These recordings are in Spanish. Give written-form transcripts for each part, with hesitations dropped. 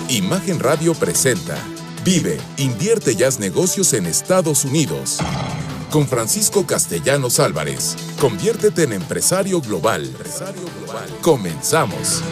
Imagen Radio presenta Vive, invierte y haz negocios en Estados Unidos. Con Francisco Castellanos Álvarez. Conviértete en empresario global. Comenzamos.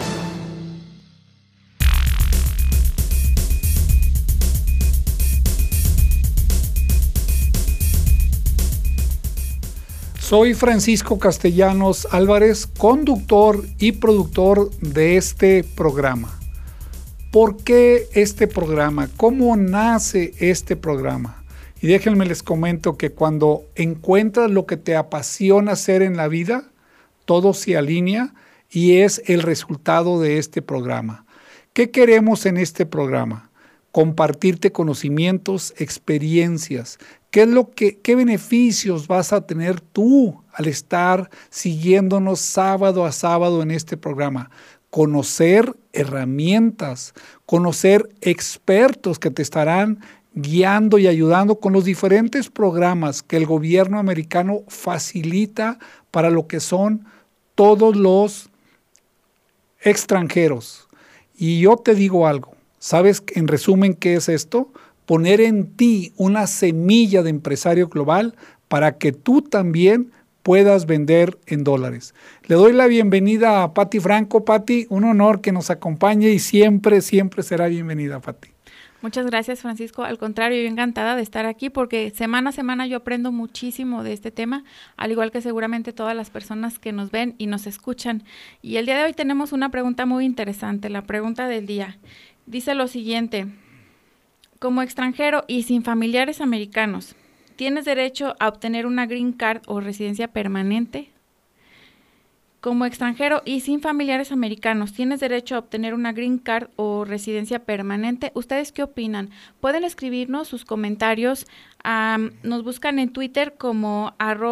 Soy Francisco Castellanos Álvarez, conductor y productor de este programa. ¿Por qué este programa? ¿Cómo nace este programa? Y déjenme les comento que cuando encuentras lo que te apasiona hacer en la vida, todo se alinea y es el resultado de este programa. ¿Qué queremos en este programa? Compartirte conocimientos, experiencias. ¿Qué beneficios vas a tener tú al estar siguiéndonos sábado a sábado en este programa? Conocer herramientas, conocer expertos que te estarán guiando y ayudando con los diferentes programas que el gobierno americano facilita para lo que son todos los extranjeros. Y yo te digo algo, ¿sabes en resumen qué es esto? Poner en ti una semilla de empresario global para que tú también puedas vender en dólares. Le doy la bienvenida a Pati Franco. Pati, un honor que nos acompañe y siempre será bienvenida, Pati. Muchas gracias, Francisco. Al contrario, yo encantada de estar aquí porque semana a semana yo aprendo muchísimo de este tema, al igual que seguramente todas las personas que nos ven y nos escuchan. Y el día de hoy tenemos una pregunta muy interesante, la pregunta del día. Dice lo siguiente: como extranjero y sin familiares americanos, ¿tienes derecho a obtener una green card o residencia permanente? Como extranjero y sin familiares americanos, ¿tienes derecho a obtener una green card o residencia permanente? ¿Ustedes qué opinan? Pueden escribirnos sus comentarios. Nos buscan en Twitter como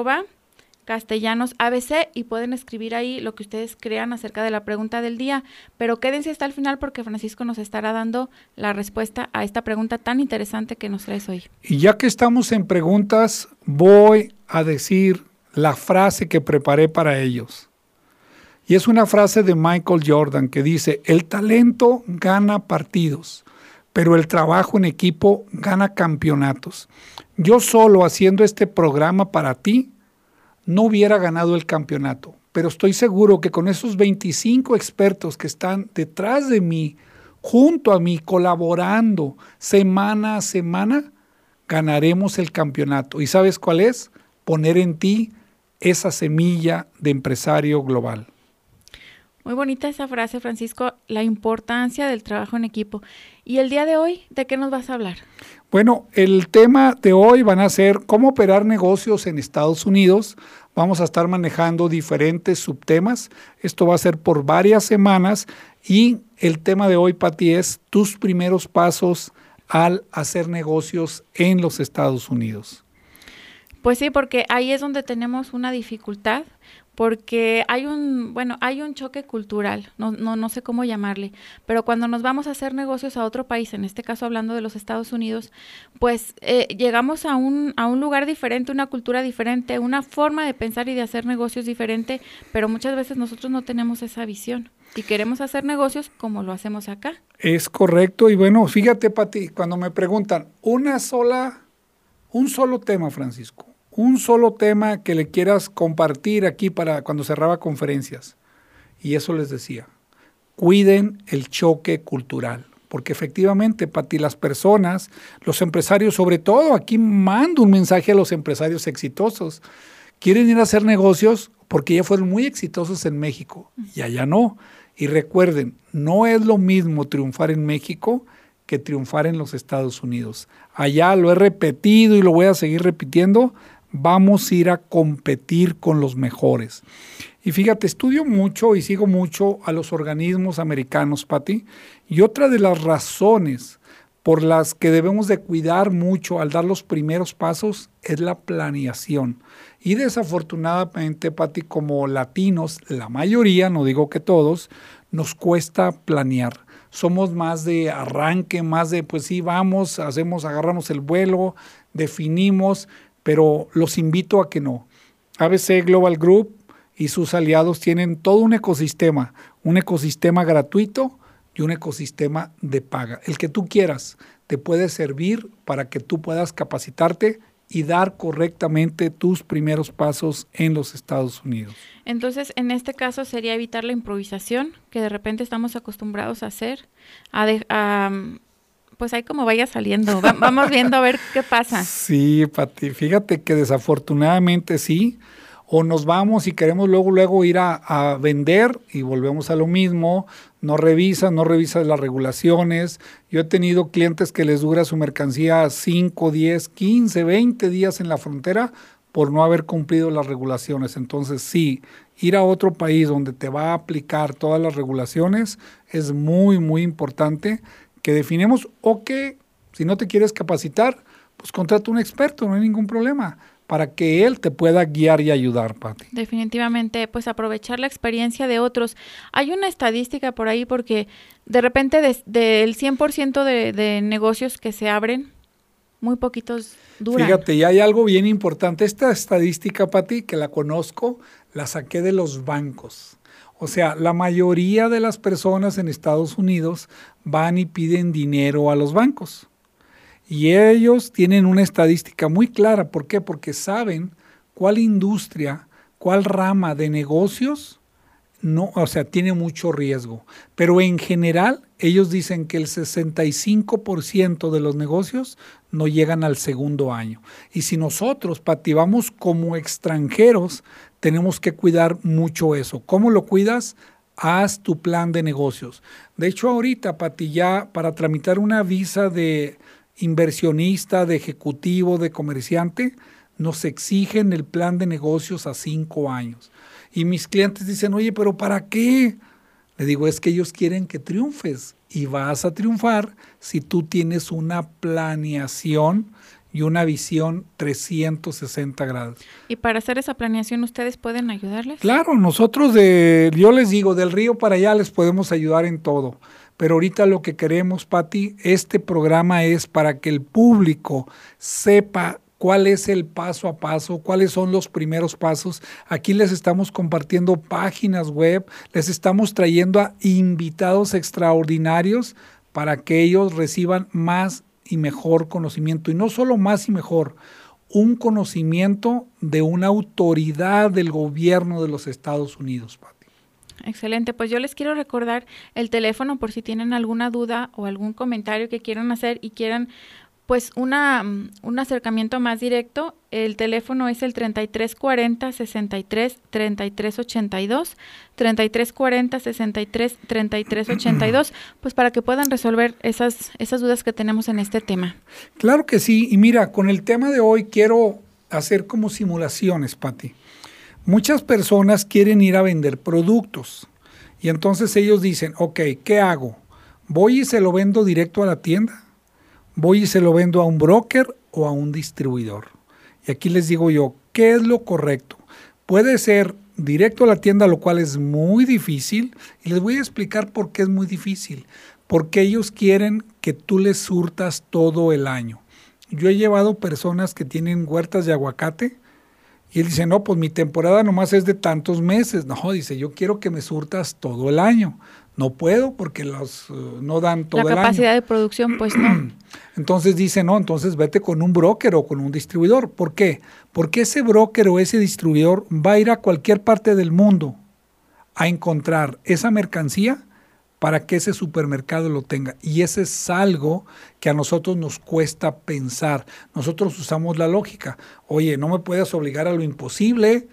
@castellanosabc y pueden escribir ahí lo que ustedes crean acerca de la pregunta del día. Pero quédense hasta el final porque Francisco nos estará dando la respuesta a esta pregunta tan interesante que nos traes hoy. Y ya que estamos en preguntas, voy a decir la frase que preparé para ellos. Y es una frase de Michael Jordan que dice: el talento gana partidos, pero el trabajo en equipo gana campeonatos. Yo solo haciendo este programa para ti no hubiera ganado el campeonato, pero estoy seguro que con esos 25 expertos que están detrás de mí, junto a mí, colaborando semana a semana, ganaremos el campeonato. ¿Y sabes cuál es? Poner en ti esa semilla de empresario global. Muy bonita esa frase, Francisco, la importancia del trabajo en equipo. Y el día de hoy, ¿de qué nos vas a hablar? Bueno, el tema de hoy van a ser cómo operar negocios en Estados Unidos. Vamos a estar manejando diferentes subtemas. Esto va a ser por varias semanas y el tema de hoy, Pati, es tus primeros pasos al hacer negocios en los Estados Unidos. Pues sí, porque ahí es donde tenemos una dificultad, porque hay un choque cultural, no sé cómo llamarle, pero cuando nos vamos a hacer negocios a otro país, en este caso hablando de los Estados Unidos, pues llegamos a un lugar diferente, una cultura diferente, una forma de pensar y de hacer negocios diferente, pero muchas veces nosotros no tenemos esa visión y queremos hacer negocios como lo hacemos acá. Es correcto, y bueno, fíjate, Pati, cuando me preguntan un solo tema, Francisco, un solo tema que le quieras compartir aquí para cuando cerraba conferencias. Y eso les decía, cuiden el choque cultural, porque efectivamente, Pati, las personas, los empresarios, sobre todo aquí mando un mensaje a los empresarios exitosos, quieren ir a hacer negocios porque ya fueron muy exitosos en México y allá no. Y recuerden, no es lo mismo triunfar en México que triunfar en los Estados Unidos. Allá lo he repetido y lo voy a seguir repitiendo, vamos a ir a competir con los mejores. Y fíjate, estudio mucho y sigo mucho a los organismos americanos, Pati, y otra de las razones por las que debemos de cuidar mucho al dar los primeros pasos es la planeación. Y desafortunadamente, Pati, como latinos, la mayoría, no digo que todos, nos cuesta planear. Somos más de arranque, más de pues sí, vamos, agarramos el vuelo, definimos, pero los invito a que no. ABC Global Group y sus aliados tienen todo un ecosistema gratuito y un ecosistema de paga. El que tú quieras te puede servir para que tú puedas capacitarte y dar correctamente tus primeros pasos en los Estados Unidos. Entonces, en este caso sería evitar la improvisación que de repente estamos acostumbrados a hacer, pues ahí como vaya saliendo, vamos viendo a ver qué pasa. Sí, Pati, fíjate que desafortunadamente sí, o nos vamos y queremos luego ir a vender y volvemos a lo mismo, no revisas las regulaciones. Yo he tenido clientes que les dura su mercancía 5, 10, 15, 20 días en la frontera por no haber cumplido las regulaciones. Entonces sí, ir a otro país donde te va a aplicar todas las regulaciones es muy, muy importante que definamos, o que si no te quieres capacitar, pues contrata un experto, no hay ningún problema, para que él te pueda guiar y ayudar, Pati. Definitivamente, pues aprovechar la experiencia de otros. Hay una estadística por ahí porque de repente del 100% de negocios que se abren, muy poquitos duran. Fíjate, y hay algo bien importante. Esta estadística, Pati, que la conozco, la saqué de los bancos. O sea, la mayoría de las personas en Estados Unidos van y piden dinero a los bancos. Y ellos tienen una estadística muy clara. ¿Por qué? Porque saben cuál industria, cuál rama de negocios tiene mucho riesgo. Pero en general, ellos dicen que el 65% de los negocios no llegan al segundo año. Y si nosotros, Pati, vamos como extranjeros, tenemos que cuidar mucho eso. ¿Cómo lo cuidas? Haz tu plan de negocios. De hecho, ahorita, Pati, ya para tramitar una visa de inversionista, de ejecutivo, de comerciante, nos exigen el plan de negocios a 5 años. Y mis clientes dicen, oye, ¿pero para qué? Le digo, es que ellos quieren que triunfes y vas a triunfar si tú tienes una planeación y una visión 360 grados. ¿Y para hacer esa planeación ustedes pueden ayudarles? Claro, nosotros yo les digo, del río para allá les podemos ayudar en todo. Pero ahorita lo que queremos, Pati, este programa es para que el público sepa cuál es el paso a paso, cuáles son los primeros pasos. Aquí les estamos compartiendo páginas web, les estamos trayendo a invitados extraordinarios para que ellos reciban más y mejor conocimiento. Y no solo más y mejor, un conocimiento de una autoridad del gobierno de los Estados Unidos, Pati. Excelente, pues yo les quiero recordar el teléfono por si tienen alguna duda o algún comentario que quieran hacer y quieran pues un acercamiento más directo. El teléfono es el 3340-63-3382, 3340-63-3382, pues para que puedan resolver esas dudas que tenemos en este tema. Claro que sí, y mira, con el tema de hoy quiero hacer como simulaciones, Pati. Muchas personas quieren ir a vender productos y entonces ellos dicen, ok, ¿qué hago? ¿Voy y se lo vendo directo a la tienda? ¿Voy y se lo vendo a un broker o a un distribuidor? Y aquí les digo yo, ¿qué es lo correcto? Puede ser directo a la tienda, lo cual es muy difícil, y les voy a explicar por qué es muy difícil. Porque ellos quieren que tú les surtas todo el año. Yo he llevado personas que tienen huertas de aguacate, y él dice, no, pues mi temporada nomás es de tantos meses. No, dice, yo quiero que me surtas todo el año. No puedo porque los no dan todo el año. La capacidad de producción, pues no. Entonces dice, no, entonces vete con un broker o con un distribuidor. ¿Por qué? Porque ese broker o ese distribuidor va a ir a cualquier parte del mundo a encontrar esa mercancía para que ese supermercado lo tenga. Y ese es algo que a nosotros nos cuesta pensar. Nosotros usamos la lógica. Oye, no me puedes obligar a lo imposible.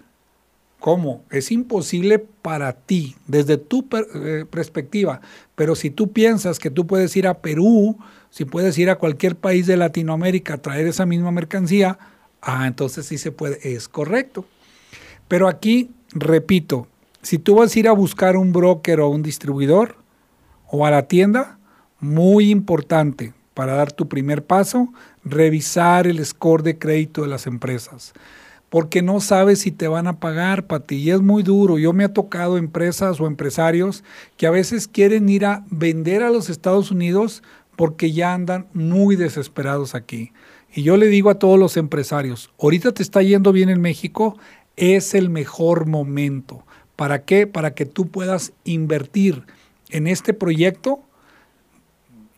¿Cómo? Es imposible para ti, desde tu perspectiva. Pero si tú piensas que tú puedes ir a Perú, si puedes ir a cualquier país de Latinoamérica a traer esa misma mercancía, entonces sí se puede. Es correcto. Pero aquí, repito, si tú vas a ir a buscar un broker o un distribuidor, o a la tienda, muy importante para dar tu primer paso, revisar el score de crédito de las empresas. Porque no sabes si te van a pagar, Pati, y es muy duro. Yo me ha tocado empresas o empresarios que a veces quieren ir a vender a los Estados Unidos porque ya andan muy desesperados aquí. Y yo le digo a todos los empresarios, ahorita te está yendo bien en México, es el mejor momento. ¿Para qué? Para que tú puedas invertir en este proyecto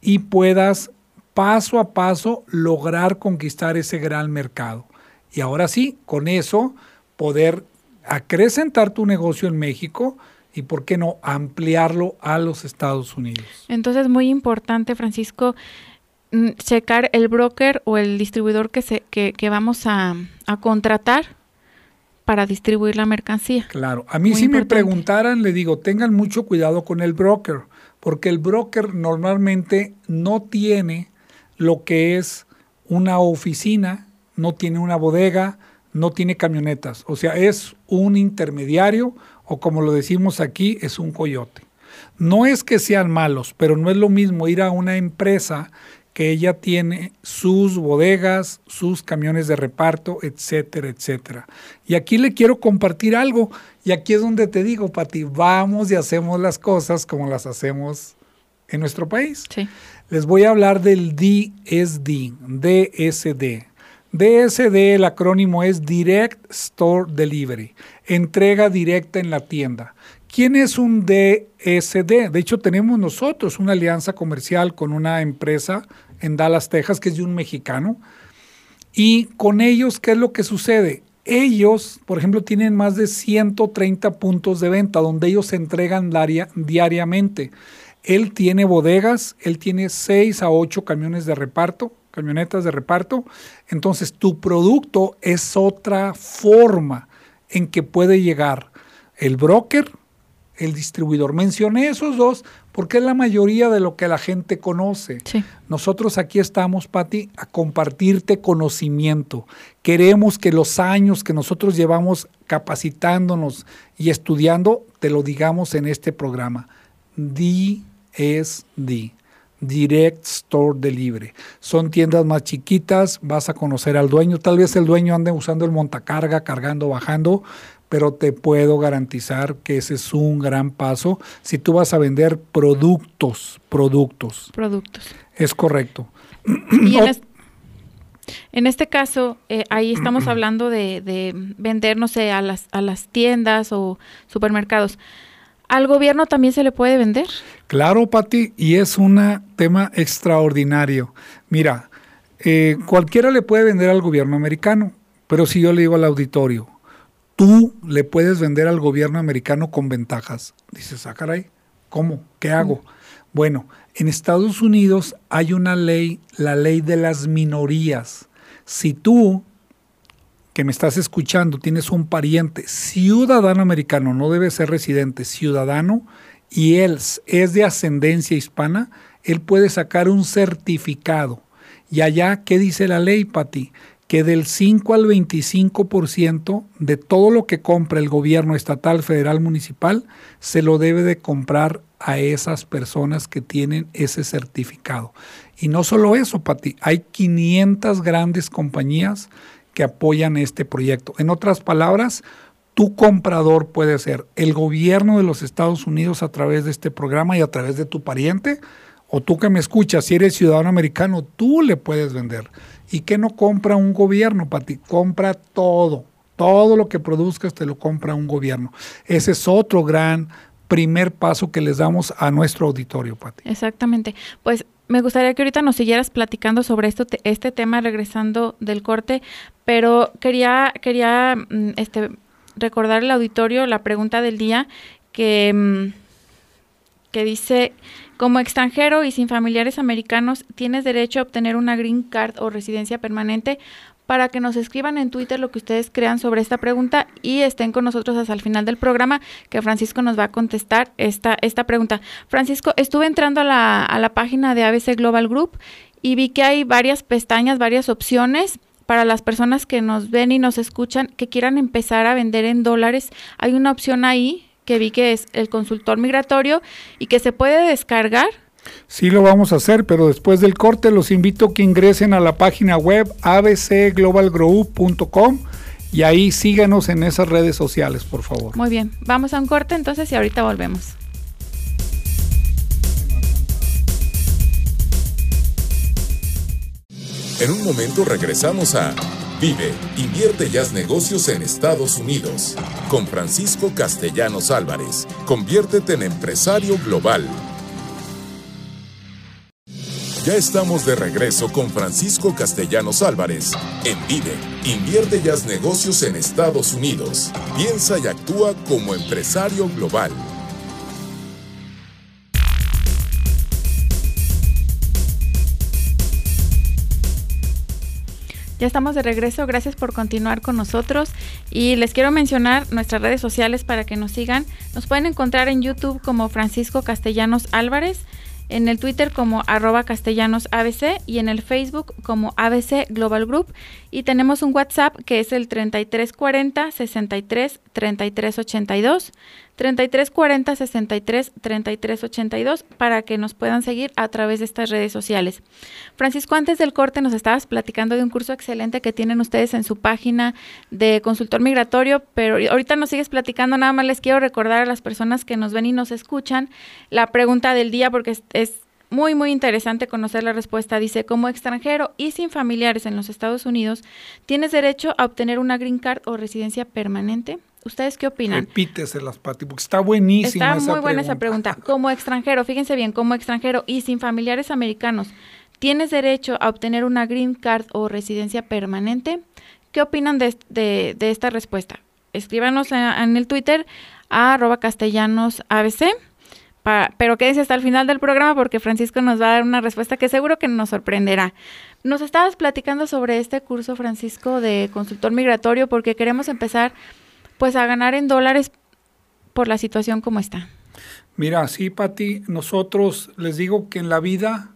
y puedas paso a paso lograr conquistar ese gran mercado. Y ahora sí, con eso poder acrecentar tu negocio en México y, ¿por qué no?, ampliarlo a los Estados Unidos. Entonces, muy importante, Francisco, checar el broker o el distribuidor que vamos a contratar para distribuir la mercancía. Claro, a mí muy si importante. Me preguntaran, le digo, tengan mucho cuidado con el broker, porque el broker normalmente no tiene lo que es una oficina, no tiene una bodega, no tiene camionetas. O sea, es un intermediario o, como lo decimos aquí, es un coyote. No es que sean malos, pero no es lo mismo ir a una empresa que ella tiene sus bodegas, sus camiones de reparto, etcétera, etcétera. Y aquí le quiero compartir algo, y aquí es donde te digo, Pati, vamos y hacemos las cosas como las hacemos en nuestro país. Sí. Les voy a hablar del DSD. DSD, el acrónimo es Direct Store Delivery, entrega directa en la tienda. ¿Quién es un DSD? De hecho, tenemos nosotros una alianza comercial con una empresa en Dallas, Texas, que es de un mexicano. Y con ellos, ¿qué es lo que sucede? Ellos, por ejemplo, tienen más de 130 puntos de venta donde ellos se entregan diariamente. Él tiene bodegas, él tiene 6 a 8 camiones de reparto, camionetas de reparto. Entonces, tu producto es otra forma en que puede llegar el broker, el distribuidor. Mencioné esos dos porque es la mayoría de lo que la gente conoce. Sí. Nosotros aquí estamos, Pati, a compartirte conocimiento. Queremos que los años que nosotros llevamos capacitándonos y estudiando, te lo digamos en este programa. DSD, Direct Store Delivery. Son tiendas más chiquitas, vas a conocer al dueño. Tal vez el dueño ande usando el montacarga, cargando, bajando, pero te puedo garantizar que ese es un gran paso si tú vas a vender productos. Es correcto. Y en este caso, ahí estamos hablando de vender, no sé, a las tiendas o supermercados. ¿Al gobierno también se le puede vender? Claro, Pati, y es un tema extraordinario. Mira, cualquiera le puede vender al gobierno americano, pero si yo le digo al auditorio, tú le puedes vender al gobierno americano con ventajas. Dices, caray, ¿cómo? ¿Qué hago? Bueno, en Estados Unidos hay una ley, la ley de las minorías. Si tú, que me estás escuchando, tienes un pariente ciudadano americano, no debe ser residente, ciudadano, y él es de ascendencia hispana, él puede sacar un certificado. Y allá, ¿qué dice la ley, Pati? Que del 5 al 25% de todo lo que compra el gobierno estatal, federal, municipal, se lo debe de comprar a esas personas que tienen ese certificado. Y no solo eso, Pati, hay 500 grandes compañías que apoyan este proyecto. En otras palabras, tu comprador puede ser el gobierno de los Estados Unidos a través de este programa y a través de tu pariente, o tú que me escuchas, si eres ciudadano americano, tú le puedes vender. ¿Y qué no compra un gobierno, Pati? Compra todo. Todo lo que produzcas te lo compra un gobierno. Ese es otro gran primer paso que les damos a nuestro auditorio, Pati. Exactamente. Pues me gustaría que ahorita nos siguieras platicando sobre este tema regresando del corte, pero quería recordar al auditorio la pregunta del día que dice: como extranjero y sin familiares americanos, ¿tienes derecho a obtener una green card o residencia permanente? Para que nos escriban en Twitter lo que ustedes crean sobre esta pregunta y estén con nosotros hasta el final del programa, que Francisco nos va a contestar esta pregunta. Francisco, estuve entrando a la página de ABC Global Group y vi que hay varias pestañas, varias opciones para las personas que nos ven y nos escuchan que quieran empezar a vender en dólares. Hay una opción ahí que vi que es el consultor migratorio y que se puede descargar. Sí, lo vamos a hacer, pero después del corte los invito a que ingresen a la página web abcglobalgroup.com y ahí síganos en esas redes sociales, por favor. Muy bien, vamos a un corte entonces y ahorita volvemos. En un momento regresamos a Vive, invierte y haz negocios en Estados Unidos. Con Francisco Castellanos Álvarez. Conviértete en empresario global. Ya estamos de regreso con Francisco Castellanos Álvarez en Vive, Invierte y Haz Negocios en Estados Unidos. Piensa y actúa como empresario global. Ya estamos de regreso, gracias por continuar con nosotros y les quiero mencionar nuestras redes sociales para que nos sigan. Nos pueden encontrar en YouTube como Francisco Castellanos Álvarez, en el Twitter como @castellanosabc y en el Facebook como ABC Global Group, y tenemos un WhatsApp que es el 3340 63 33 82, 3340 63 33 82, para que nos puedan seguir a través de estas redes sociales. Francisco, antes del corte nos estabas platicando de un curso excelente que tienen ustedes en su página de consultor migratorio, pero ahorita nos sigues platicando. Nada más les quiero recordar a las personas que nos ven y nos escuchan la pregunta del día, porque es muy, muy interesante conocer la respuesta. Dice: como extranjero y sin familiares en los Estados Unidos, ¿tienes derecho a obtener una green card o residencia permanente? ¿Ustedes qué opinan? Repíteselas, Pati, porque está buenísima esa pregunta. Está muy buena esa pregunta. Como extranjero, fíjense bien, como extranjero y sin familiares americanos, ¿tienes derecho a obtener una green card o residencia permanente? ¿Qué opinan de esta respuesta? Escríbanos en el Twitter a @castellanosabc, pero quédense hasta el final del programa porque Francisco nos va a dar una respuesta que seguro que nos sorprenderá. Nos estabas platicando sobre este curso, Francisco, de consultor migratorio, porque queremos empezar pues a ganar en dólares por la situación como está. Mira, sí, Pati, nosotros les digo que en la vida,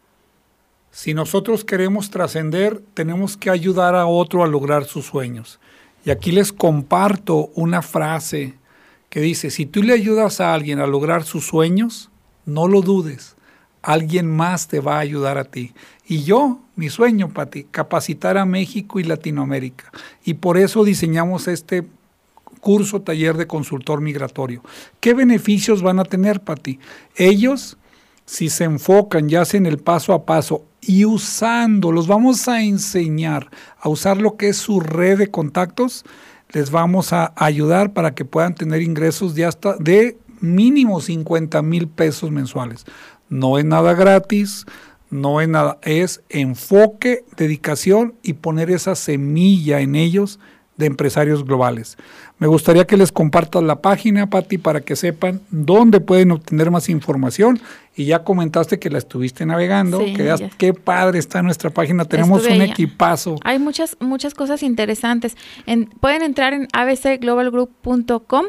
si nosotros queremos trascender, tenemos que ayudar a otro a lograr sus sueños. Y aquí les comparto una frase que dice: si tú le ayudas a alguien a lograr sus sueños, no lo dudes, alguien más te va a ayudar a ti. Y yo, mi sueño, Pati, capacitar a México y Latinoamérica. Y por eso diseñamos este curso taller de consultor migratorio. ¿Qué beneficios van a tener, Pati? Ellos, si se enfocan y hacen el paso a paso y usando, los vamos a enseñar a usar lo que es su red de contactos, les vamos a ayudar para que puedan tener ingresos de mínimo 50,000 pesos mensuales. No es nada gratis, no es nada, es enfoque, dedicación y poner esa semilla en ellos de empresarios globales. Me gustaría que les compartas la página, Pati, para que sepan dónde pueden obtener más información. Y ya comentaste que la estuviste navegando, sí, que ya. Qué padre está nuestra página, tenemos un equipazo. Hay muchas cosas interesantes. Pueden entrar en abcglobalgroup.com,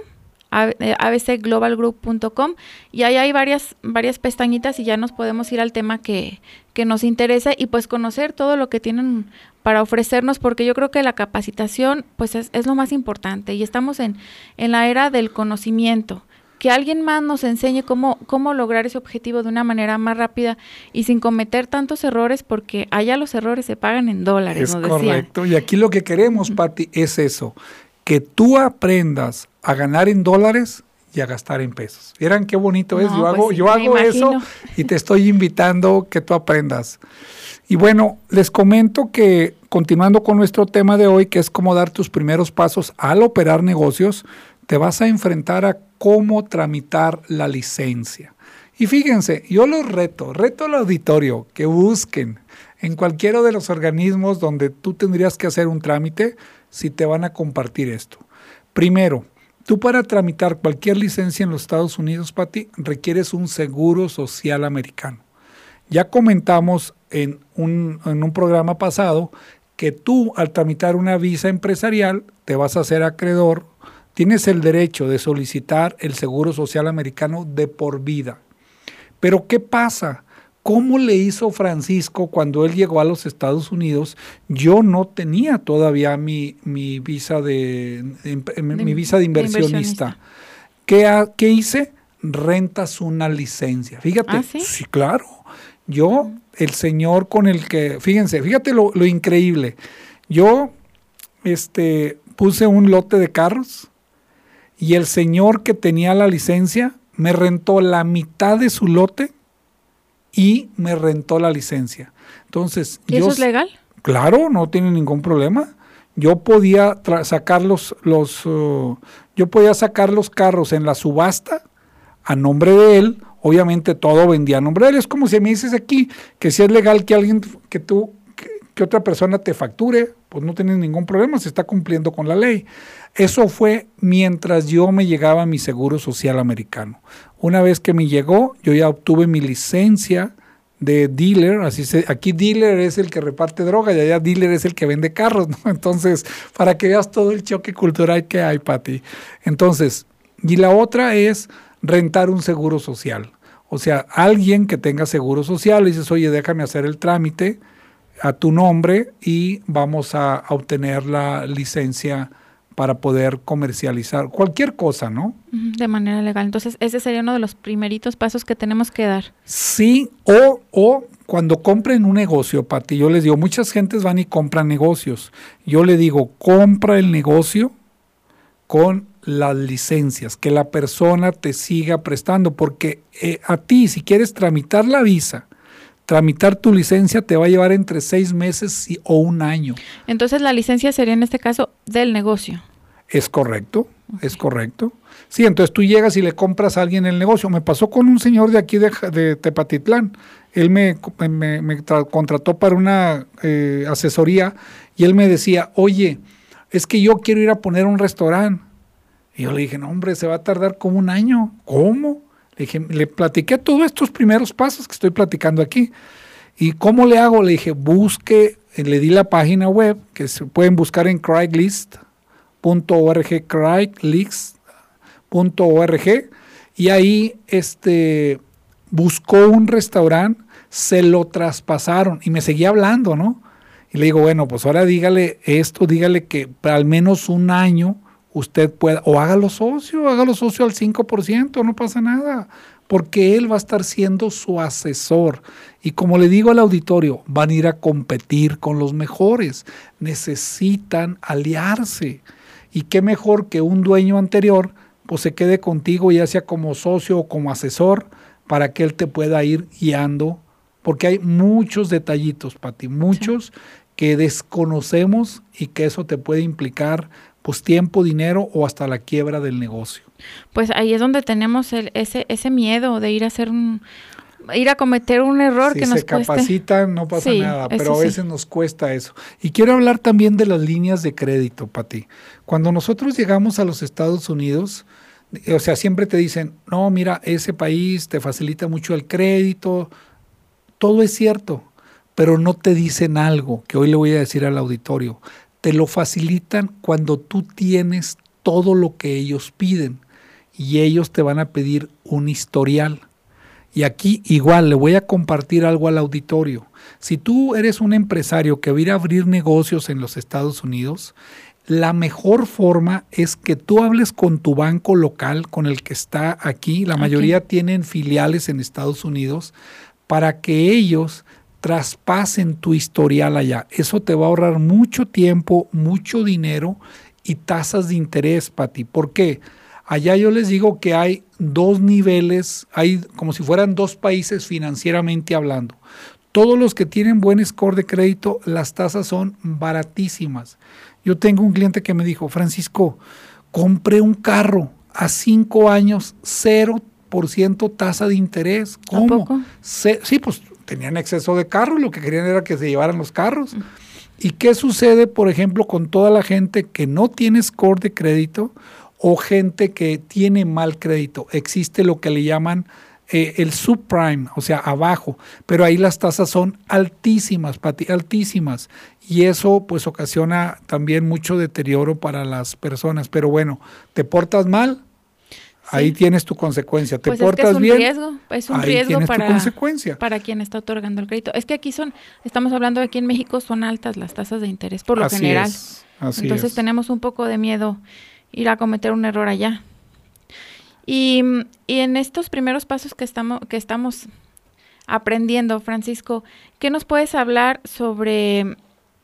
abcglobalgroup.com, y ahí hay varias pestañitas y ya nos podemos ir al tema que nos interesa y pues conocer todo lo que tienen para ofrecernos, porque yo creo que la capacitación pues es lo más importante y estamos en la era del conocimiento. Que alguien más nos enseñe cómo lograr ese objetivo de una manera más rápida y sin cometer tantos errores, porque allá los errores se pagan en dólares. Es correcto, y aquí lo que queremos, Pati, es eso, que tú aprendas a ganar en dólares y a gastar en pesos. ¿Vieran qué bonito es? Yo hago eso y te estoy invitando que tú aprendas. Y bueno, les comento que continuando con nuestro tema de hoy, que es cómo dar tus primeros pasos al operar negocios, te vas a enfrentar a cómo tramitar la licencia. Y fíjense, yo los reto al auditorio que busquen en cualquiera de los organismos donde tú tendrías que hacer un trámite, si te van a compartir esto. Primero, tú para tramitar cualquier licencia en los Estados Unidos, Pati, requieres un seguro social americano. Ya comentamos en un programa pasado que tú al tramitar una visa empresarial te vas a hacer acreedor, tienes el derecho de solicitar el seguro social americano de por vida. Pero ¿qué pasa? ¿Cómo le hizo Francisco cuando él llegó a los Estados Unidos? Yo no tenía todavía mi visa de inversionista. ¿Qué hice? Rentas una licencia. Fíjate. ¿Ah, sí? Sí, claro. Yo, el señor con el que, fíjate lo increíble. Yo puse un lote de carros y el señor que tenía la licencia me rentó la mitad de su lote y me rentó la licencia. Entonces, ¿y eso es legal? Claro, no tiene ningún problema. Yo podía sacar los carros en la subasta a nombre de él, obviamente todo vendía a nombre de él. Es como si me dices aquí que si es legal que alguien, que otra persona te facture, pues no tienes ningún problema, se está cumpliendo con la ley. Eso fue mientras yo me llegaba a mi seguro social americano. Una vez que me llegó, yo ya obtuve mi licencia de dealer, aquí dealer es el que reparte droga y allá dealer es el que vende carros, ¿no? Entonces, para que veas todo el choque cultural que hay, Pati. Entonces, y la otra es rentar un seguro social. O sea, alguien que tenga seguro social, le dices, oye, déjame hacer el trámite a tu nombre y vamos a obtener la licencia para poder comercializar cualquier cosa, ¿no? De manera legal. Entonces, ese sería uno de los primeritos pasos que tenemos que dar. Sí, o cuando compren un negocio, Pati, yo les digo, muchas gentes van y compran negocios. Yo le digo, compra el negocio con las licencias, que la persona te siga prestando, porque a ti, si quieres tramitar la visa, tramitar tu licencia te va a llevar entre 6 meses o 1 año. Entonces, la licencia sería en este caso del negocio. Es correcto, es correcto. Sí, entonces tú llegas y le compras a alguien el negocio. Me pasó con un señor de aquí de Tepatitlán. Él me contrató para una asesoría y él me decía, oye, es que yo quiero ir a poner un restaurante. Y yo le dije, no, hombre, se va a tardar como 1 año. ¿Cómo? Le platiqué todos estos primeros pasos que estoy platicando aquí. ¿Y cómo le hago? Le dije, busque, le di la página web, que se pueden buscar en Craigslist.org, Craigslist.org, y ahí buscó un restaurante, se lo traspasaron, y me seguía hablando, ¿no? Y le digo, bueno, pues ahora dígale que al menos 1 año usted pueda, o hágalo socio al 5%, no pasa nada, porque él va a estar siendo su asesor. Y como le digo al auditorio, van a ir a competir con los mejores, necesitan aliarse. Y qué mejor que un dueño anterior, pues se quede contigo, ya sea como socio o como asesor, para que él te pueda ir guiando, porque hay muchos detallitos, Pati, muchos que desconocemos y que eso te puede implicar pues tiempo, dinero o hasta la quiebra del negocio. Pues ahí es donde tenemos ese miedo de ir a cometer un error que nos cueste. Si se capacitan, no pasa nada, pero a veces nos cuesta eso. Y quiero hablar también de las líneas de crédito, Pati. Cuando nosotros llegamos a los Estados Unidos, o sea, siempre te dicen, no, mira, ese país te facilita mucho el crédito. Todo es cierto, pero no te dicen algo que hoy le voy a decir al auditorio. Te lo facilitan cuando tú tienes todo lo que ellos piden y ellos te van a pedir un historial. Y aquí igual le voy a compartir algo al auditorio. Si tú eres un empresario que va a ir a abrir negocios en los Estados Unidos, la mejor forma es que tú hables con tu banco local, con el que está aquí. La mayoría tienen filiales en Estados Unidos, para que ellos traspasen tu historial allá. Eso te va a ahorrar mucho tiempo, mucho dinero y tasas de interés, Pati. ¿Por qué? Allá yo les digo que hay 2 niveles, hay como si fueran 2 países financieramente hablando. Todos los que tienen buen score de crédito, las tasas son baratísimas. Yo tengo un cliente que me dijo, Francisco, compré un carro a 5 años, 0% tasa de interés. ¿Cómo? ¿A poco? Sí, pues tenían exceso de carros, lo que querían era que se llevaran los carros. ¿Y qué sucede, por ejemplo, con toda la gente que no tiene score de crédito o gente que tiene mal crédito? Existe lo que le llaman el subprime, o sea, abajo, pero ahí las tasas son altísimas, Pati, altísimas, y eso pues ocasiona también mucho deterioro para las personas. Pero bueno, te portas mal, ahí tienes tu consecuencia. Te portas bien, es un riesgo consecuencia. Para quien está otorgando el crédito. Es que aquí estamos hablando de aquí en México, son altas las tasas de interés por lo general. Entonces tenemos un poco de miedo ir a cometer un error allá. Y en estos primeros pasos que estamos aprendiendo, Francisco, ¿qué nos puedes hablar sobre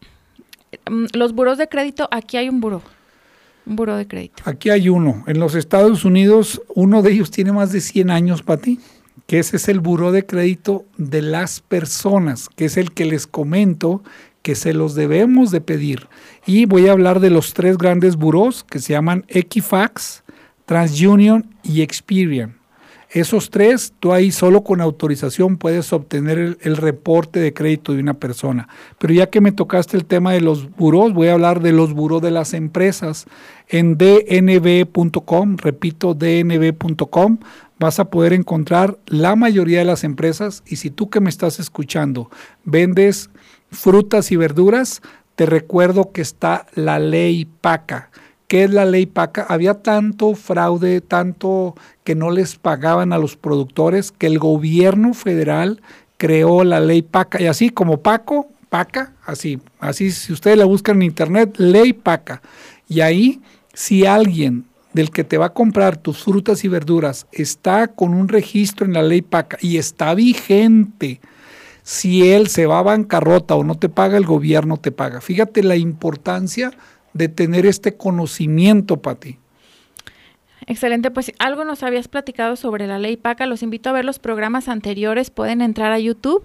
los buros de crédito? Aquí hay un buró de crédito. Aquí hay uno. En los Estados Unidos, uno de ellos tiene más de 100 años, Pati, que ese es el buró de crédito de las personas, que es el que les comento que se los debemos de pedir. Y voy a hablar de los 3 grandes burós que se llaman Equifax, TransUnion y Experian. Esos 3, tú ahí solo con autorización puedes obtener el reporte de crédito de una persona. Pero ya que me tocaste el tema de los burós, voy a hablar de los burós de las empresas. En dnb.com, repito, dnb.com, vas a poder encontrar la mayoría de las empresas. Y si tú que me estás escuchando vendes frutas y verduras, te recuerdo que está la ley PACA. ¿Qué es la ley PACA? Había tanto fraude, tanto que no les pagaban a los productores, que el gobierno federal creó la ley PACA. Y así como PACA, así si ustedes la buscan en internet, ley PACA. Y ahí, si alguien del que te va a comprar tus frutas y verduras está con un registro en la ley PACA y está vigente, si él se va a bancarrota o no te paga, el gobierno te paga. Fíjate la importancia de tener este conocimiento, Pati. Excelente, pues algo nos habías platicado sobre la ley PACA. Los invito a ver los programas anteriores. Pueden entrar a YouTube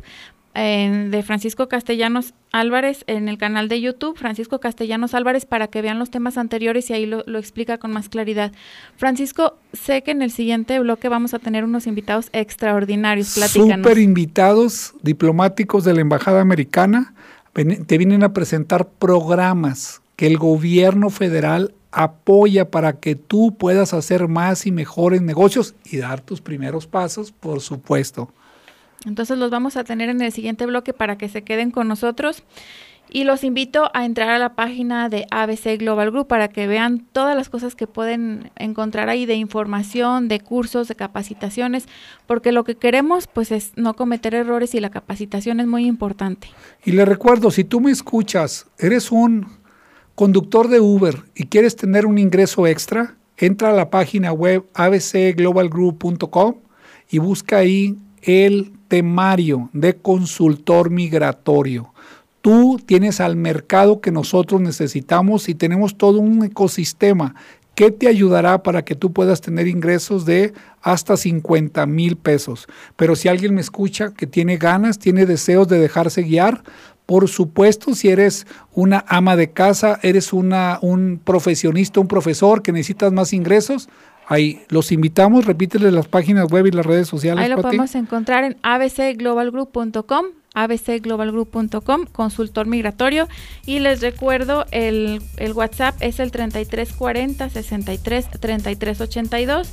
de Francisco Castellanos Álvarez, en el canal de YouTube, Francisco Castellanos Álvarez, para que vean los temas anteriores y ahí lo explica con más claridad. Francisco, sé que en el siguiente bloque vamos a tener unos invitados extraordinarios. Platícanos. Súper invitados diplomáticos de la Embajada Americana. Te vienen a presentar programas que el gobierno federal apoya para que tú puedas hacer más y mejores negocios y dar tus primeros pasos, por supuesto. Entonces los vamos a tener en el siguiente bloque para que se queden con nosotros. Y los invito a entrar a la página de ABC Global Group para que vean todas las cosas que pueden encontrar ahí de información, de cursos, de capacitaciones, porque lo que queremos pues es no cometer errores y la capacitación es muy importante. Y les recuerdo, si tú me escuchas, eres un conductor de Uber y quieres tener un ingreso extra, entra a la página web abcglobalgroup.com y busca ahí el temario de consultor migratorio. Tú tienes al mercado que nosotros necesitamos y tenemos todo un ecosistema que te ayudará para que tú puedas tener ingresos de hasta 50,000 pesos. Pero si alguien me escucha que tiene ganas, tiene deseos de dejarse guiar, por supuesto, si eres una ama de casa, eres un profesionista, un profesor que necesitas más ingresos, ahí los invitamos, repíteles las páginas web y las redes sociales. Ahí lo podemos encontrar en abcglobalgroup.com, abcglobalgroup.com, consultor migratorio. Y les recuerdo, el WhatsApp es el 3340 63 33 82,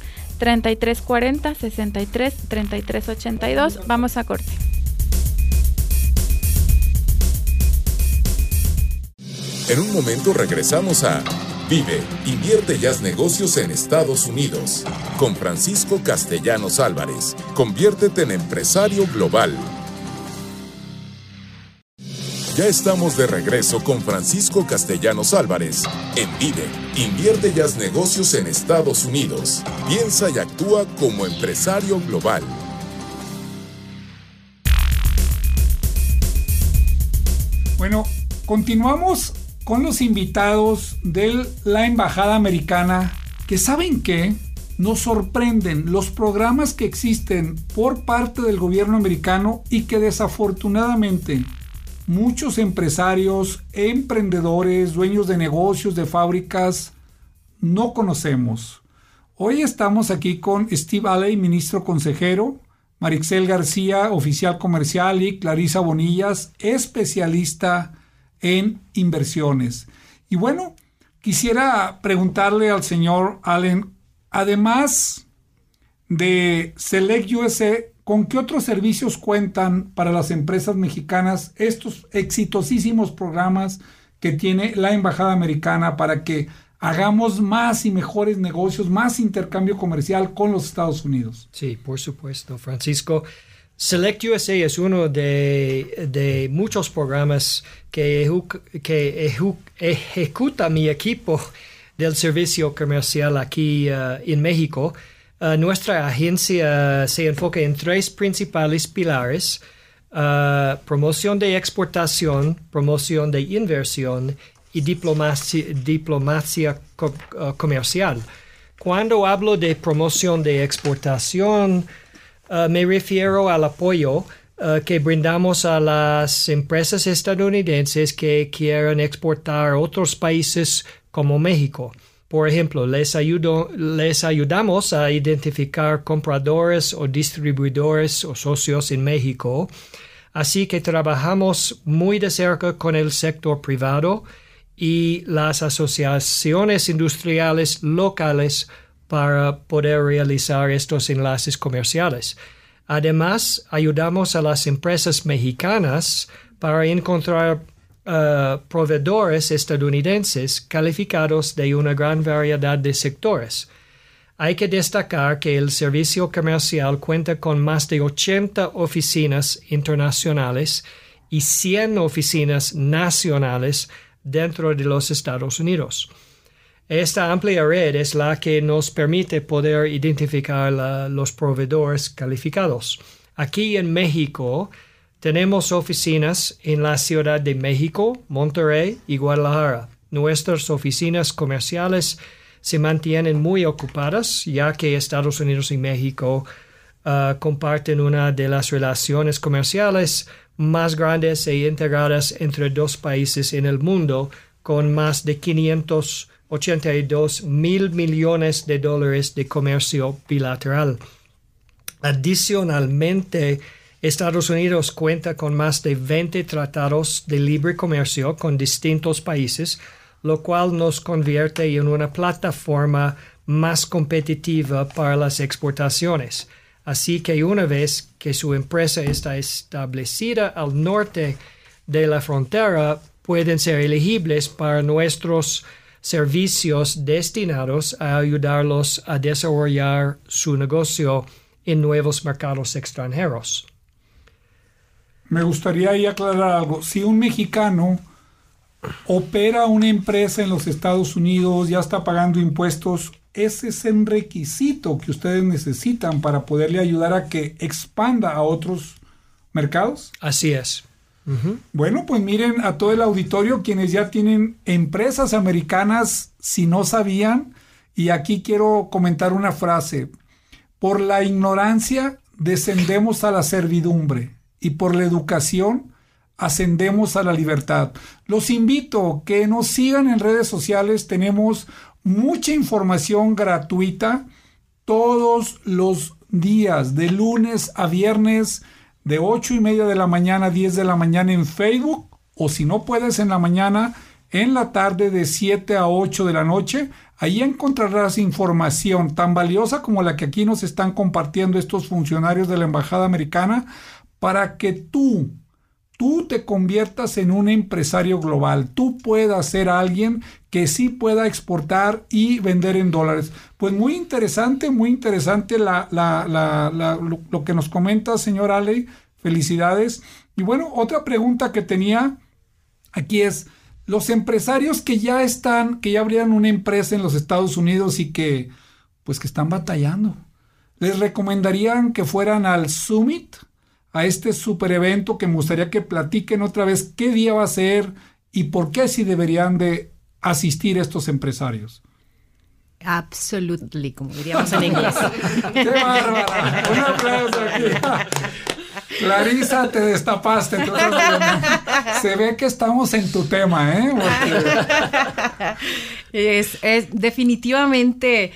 3340 63 33 82. Vamos a corte. En un momento regresamos a Vive, invierte y haz negocios en Estados Unidos. Con Francisco Castellanos Álvarez. Conviértete en empresario global. Ya estamos de regreso con Francisco Castellanos Álvarez en Vive, invierte y haz negocios en Estados Unidos. Piensa y actúa como empresario global. Bueno, continuamos con los invitados de la Embajada Americana, que ¿saben qué? Nos sorprenden los programas que existen por parte del gobierno americano y que desafortunadamente muchos empresarios, emprendedores, dueños de negocios, de fábricas, no conocemos. Hoy estamos aquí con Steve Alley, ministro consejero, Marixel García, oficial comercial, y Clarisa Bonillas, especialista en inversiones. Y bueno, quisiera preguntarle al señor Allen, además de Select USA, ¿con qué otros servicios cuentan para las empresas mexicanas estos exitosísimos programas que tiene la Embajada Americana para que hagamos más y mejores negocios, más intercambio comercial con los Estados Unidos? Sí, por supuesto, Francisco. Select USA es uno de muchos programas que ejecuta mi equipo del servicio comercial aquí en México. Nuestra agencia se enfoca en 3 principales pilares: promoción de exportación, promoción de inversión y diplomacia comercial. Cuando hablo de promoción de exportación, me refiero al apoyo que brindamos a las empresas estadounidenses que quieran exportar a otros países como México. Por ejemplo, les ayudamos a identificar compradores o distribuidores o socios en México. Así que trabajamos muy de cerca con el sector privado y las asociaciones industriales locales para poder realizar estos enlaces comerciales. Además, ayudamos a las empresas mexicanas para encontrar proveedores estadounidenses calificados de una gran variedad de sectores. Hay que destacar que el servicio comercial cuenta con más de 80 oficinas internacionales y 100 oficinas nacionales dentro de los Estados Unidos. Esta amplia red es la que nos permite poder identificar los proveedores calificados. Aquí en México tenemos oficinas en la Ciudad de México, Monterrey y Guadalajara. Nuestras oficinas comerciales se mantienen muy ocupadas, ya que Estados Unidos y México comparten una de las relaciones comerciales más grandes e integradas entre dos países en el mundo, con más de 582 mil millones de dólares de comercio bilateral. Adicionalmente, Estados Unidos cuenta con más de 20 tratados de libre comercio con distintos países, lo cual nos convierte en una plataforma más competitiva para las exportaciones. Así que una vez que su empresa está establecida al norte de la frontera, pueden ser elegibles para nuestros servicios destinados a ayudarlos a desarrollar su negocio en nuevos mercados extranjeros. Me gustaría ahí aclarar algo. Si un mexicano opera una empresa en los Estados Unidos, ya está pagando impuestos, ese es un requisito que ustedes necesitan para poderle ayudar a que expanda a otros mercados. Así es. Uh-huh. Bueno, pues miren a todo el auditorio quienes ya tienen empresas americanas, si no sabían, y aquí quiero comentar una frase: por la ignorancia descendemos a la servidumbre y por la educación ascendemos a la libertad. Los invito a que nos sigan en redes sociales. Tenemos mucha información gratuita todos los días, de lunes a viernes, de 8:30 de la mañana a 10 de la mañana en Facebook, o si no puedes en la mañana, en la tarde de 7 a 8 de la noche. Ahí encontrarás información tan valiosa como la que aquí nos están compartiendo estos funcionarios de la Embajada Americana, para que tú te conviertas en un empresario global. Tú puedas ser alguien que sí pueda exportar y vender en dólares. Pues muy interesante lo que nos comenta, señor Aley. Felicidades. Y bueno, otra pregunta que tenía aquí es: los empresarios que ya abrieron una empresa en los Estados Unidos y que están batallando, ¿les recomendarían que fueran al Summit, a este super evento, que me gustaría que platiquen otra vez qué día va a ser y por qué sí deberían de asistir estos empresarios? Absolutely, como diríamos en inglés. ¡Qué bárbara! Un aplauso aquí. Clarisa, te destapaste. Se ve que estamos en tu tema, ¿eh? Porque... es definitivamente...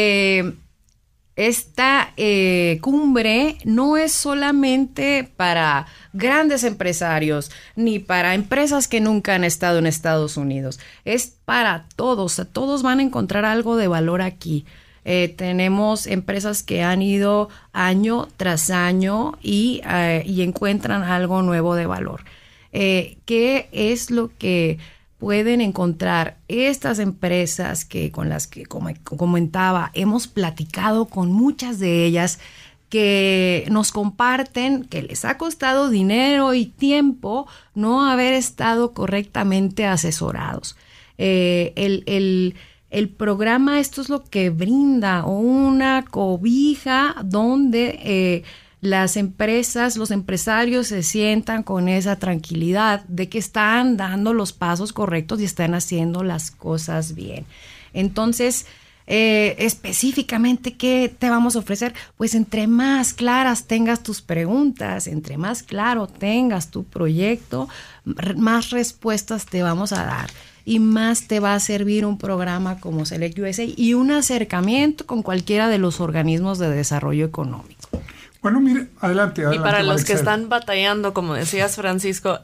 Esta cumbre no es solamente para grandes empresarios ni para empresas que nunca han estado en Estados Unidos. Es para todos. Todos van a encontrar algo de valor aquí. Tenemos empresas que han ido año tras año y encuentran algo nuevo de valor. ¿Qué es lo que pueden encontrar estas empresas con las que, como comentaba, hemos platicado con muchas de ellas, que nos comparten que les ha costado dinero y tiempo no haber estado correctamente asesorados? El programa, esto es lo que brinda, una cobija donde las empresas, los empresarios se sientan con esa tranquilidad de que están dando los pasos correctos y están haciendo las cosas bien. Entonces, específicamente, ¿qué te vamos a ofrecer? Pues entre más claras tengas tus preguntas, entre más claro tengas tu proyecto, más respuestas te vamos a dar. y más te va a servir un programa como Select USA y un acercamiento con cualquiera de los organismos de desarrollo económico. Bueno, mire, adelante. Y para los que Marixel. están batallando, como decías, Francisco,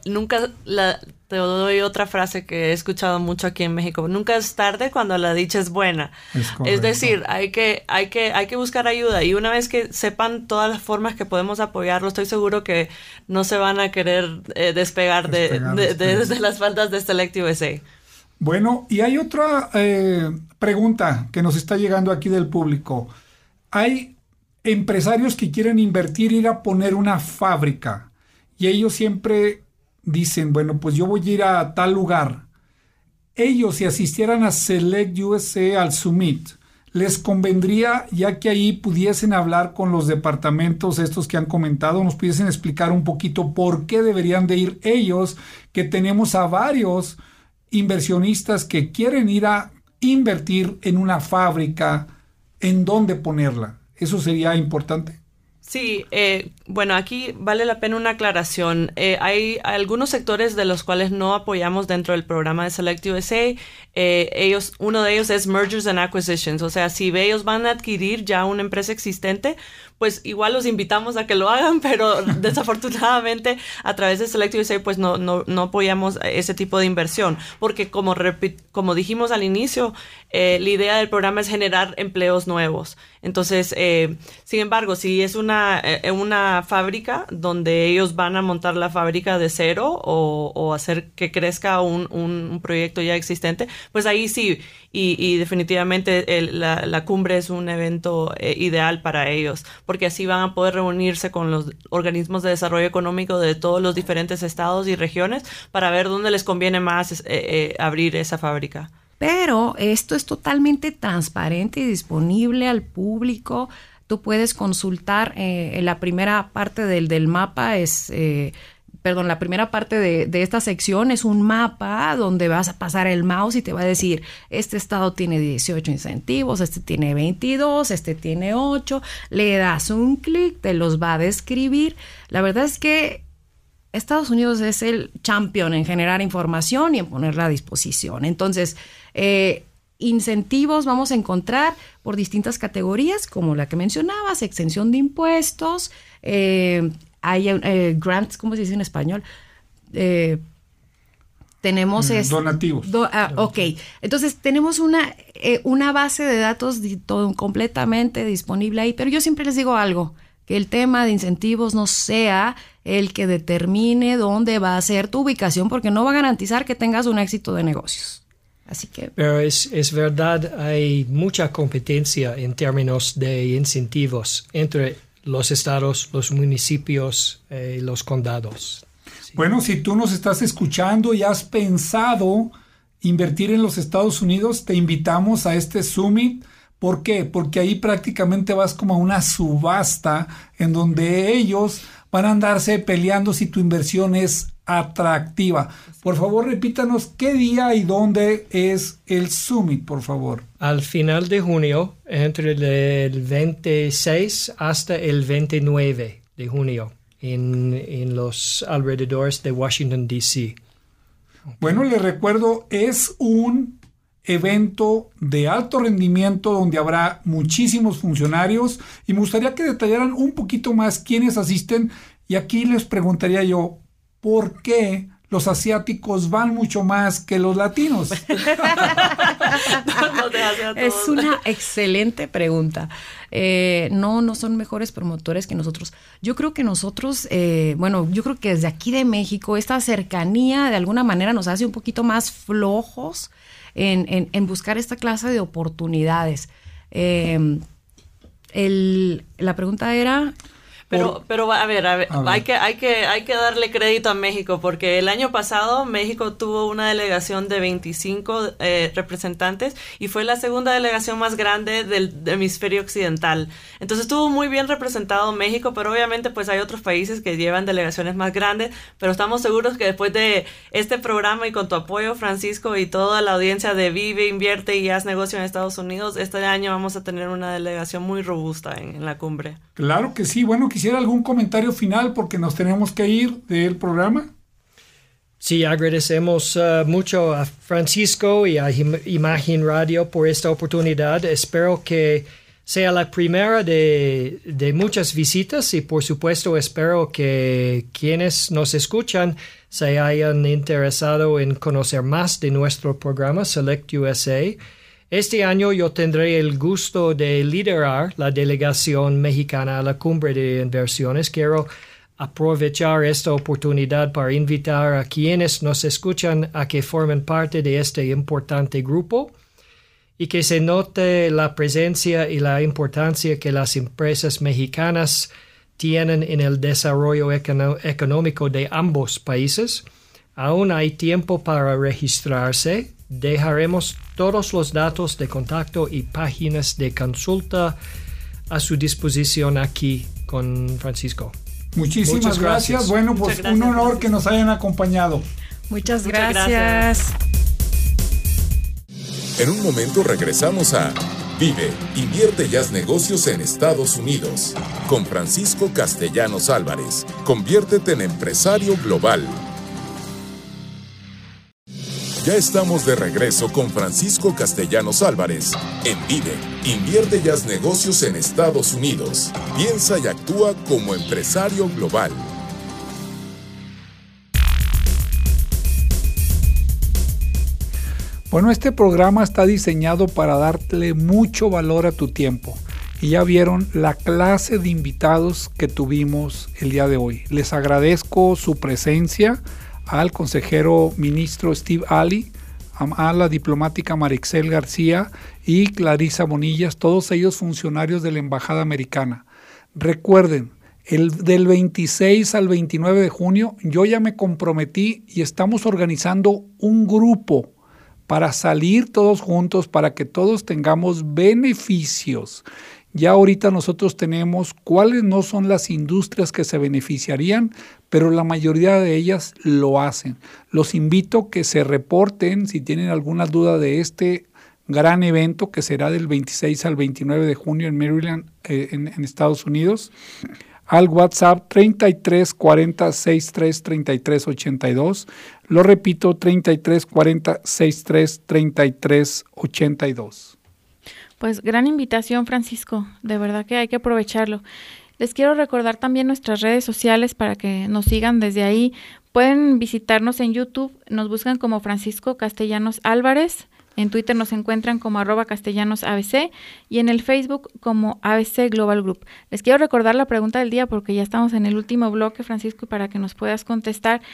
te doy otra frase que he escuchado mucho aquí en México: nunca es tarde cuando la dicha es buena. Es decir, hay que buscar ayuda, y una vez que sepan todas las formas que podemos apoyarlo, estoy seguro que no se van a querer despegar de las faldas de Select USA. Bueno, y hay otra pregunta que nos está llegando aquí del público. Hay empresarios que quieren invertir, ir a poner una fábrica, y ellos siempre dicen, bueno, pues yo voy a ir a tal lugar. Ellos, si asistieran a Select USA, al Summit, les convendría, ya que ahí pudiesen hablar con los departamentos estos que han comentado, nos pudiesen explicar un poquito por qué deberían de ir ellos, que tenemos a varios inversionistas que quieren ir a invertir en una fábrica, en dónde ponerla. ¿Eso sería importante? Sí, bueno, aquí vale la pena una aclaración. Hay algunos sectores de los cuales no apoyamos dentro del programa de Select USA. Uno de ellos es Mergers and Acquisitions. O sea, si ellos van a adquirir ya una empresa existente, pues igual los invitamos a que lo hagan, pero desafortunadamente a través de Select USA pues no apoyamos ese tipo de inversión, porque como dijimos al inicio, la idea del programa es generar empleos nuevos. Entonces, sin embargo, si es una fábrica donde ellos van a montar la fábrica de cero o hacer que crezca un proyecto ya existente, pues ahí sí, y definitivamente la cumbre es un evento ideal para ellos, porque así van a poder reunirse con los organismos de desarrollo económico de todos los diferentes estados y regiones para ver dónde les conviene más abrir esa fábrica. Pero esto es totalmente transparente y disponible al público. Tú puedes consultar la primera parte del mapa la primera parte de esta sección es un mapa donde vas a pasar el mouse y te va a decir, este estado tiene 18 incentivos, este tiene 22, este tiene 8, le das un clic, te los va a describir. La verdad es que Estados Unidos es el champion en generar información y en ponerla a disposición. Entonces, incentivos vamos a encontrar por distintas categorías, como la que mencionabas, exención de impuestos, hay grants, ¿cómo se dice en español? Tenemos donativos. Ok, entonces tenemos una base de datos completamente disponible ahí, pero yo siempre les digo algo, que el tema de incentivos no sea el que determine dónde va a ser tu ubicación, porque no va a garantizar que tengas un éxito de negocios. Así que... Pero es verdad, hay mucha competencia en términos de incentivos entre los estados, los municipios, los condados. Sí. Bueno, si tú nos estás escuchando y has pensado invertir en los Estados Unidos, te invitamos a este Summit. ¿Por qué? Porque ahí prácticamente vas como a una subasta en donde ellos van a andarse peleando si tu inversión es atractiva. Por favor, repítanos qué día y dónde es el Summit, por favor. Al final de junio, entre el 26 hasta el 29 de junio, en los alrededores de Washington, D.C. Bueno, les recuerdo, es un evento de alto rendimiento donde habrá muchísimos funcionarios y me gustaría que detallaran un poquito más quiénes asisten, y aquí les preguntaría yo, ¿por qué los asiáticos van mucho más que los latinos? Es una excelente pregunta. No son mejores promotores que nosotros. Yo creo que nosotros, yo creo que desde aquí de México, esta cercanía de alguna manera nos hace un poquito más flojos en buscar esta clase de oportunidades. La pregunta era... Pero a ver. Hay que darle crédito a México, porque el año pasado México tuvo una delegación de 25 representantes y fue la segunda delegación más grande del hemisferio occidental. Entonces estuvo muy bien representado México, pero obviamente pues hay otros países que llevan delegaciones más grandes, pero estamos seguros que después de este programa y con tu apoyo, Francisco, y toda la audiencia de Vive, Invierte y Haz Negocio en Estados Unidos, este año vamos a tener una delegación muy robusta en la cumbre. Claro que sí. Bueno, quisiera algún comentario final porque nos tenemos que ir del programa. Sí, agradecemos mucho a Francisco y a Imagen Radio por esta oportunidad. Espero que sea la primera de muchas visitas y por supuesto espero que quienes nos escuchan se hayan interesado en conocer más de nuestro programa Select USA. Este año yo tendré el gusto de liderar la delegación mexicana a la Cumbre de Inversiones. Quiero aprovechar esta oportunidad para invitar a quienes nos escuchan a que formen parte de este importante grupo y que se note la presencia y la importancia que las empresas mexicanas tienen en el desarrollo económico de ambos países. Aún hay tiempo para registrarse. Dejaremos todos los datos de contacto y páginas de consulta a su disposición aquí con Francisco. Muchísimas gracias. Bueno, pues gracias, un honor que nos hayan acompañado. Muchas gracias. En un momento regresamos a Vive, invierte y haz negocios en Estados Unidos. Con Francisco Castellanos Álvarez. Conviértete en empresario global. Ya estamos de regreso con Francisco Castellanos Álvarez en Vive, invierte y haz negocios en Estados Unidos. Piensa y actúa como empresario global. Bueno, este programa está diseñado para darle mucho valor a tu tiempo. Y ya vieron la clase de invitados que tuvimos el día de hoy. Les agradezco su presencia al consejero ministro Steve Ali, a la diplomática Marixel García y Clarisa Bonillas, todos ellos funcionarios de la Embajada Americana. Recuerden, del 26 al 29 de junio yo ya me comprometí y estamos organizando un grupo para salir todos juntos, para que todos tengamos beneficios. Ya ahorita nosotros tenemos cuáles no son las industrias que se beneficiarían, pero la mayoría de ellas lo hacen. Los invito a que se reporten si tienen alguna duda de este gran evento que será del 26 al 29 de junio en Maryland, en Estados Unidos, al WhatsApp 33 40 63 33 82. Lo repito, 33 40 63 33 82. Pues gran invitación, Francisco, de verdad que hay que aprovecharlo. Les quiero recordar también nuestras redes sociales para que nos sigan desde ahí. Pueden visitarnos en YouTube, nos buscan como Francisco Castellanos Álvarez, en Twitter nos encuentran como @castellanosabc y en el Facebook como ABC Global Group. Les quiero recordar la pregunta del día porque ya estamos en el último bloque, Francisco, y para que nos puedas contestar.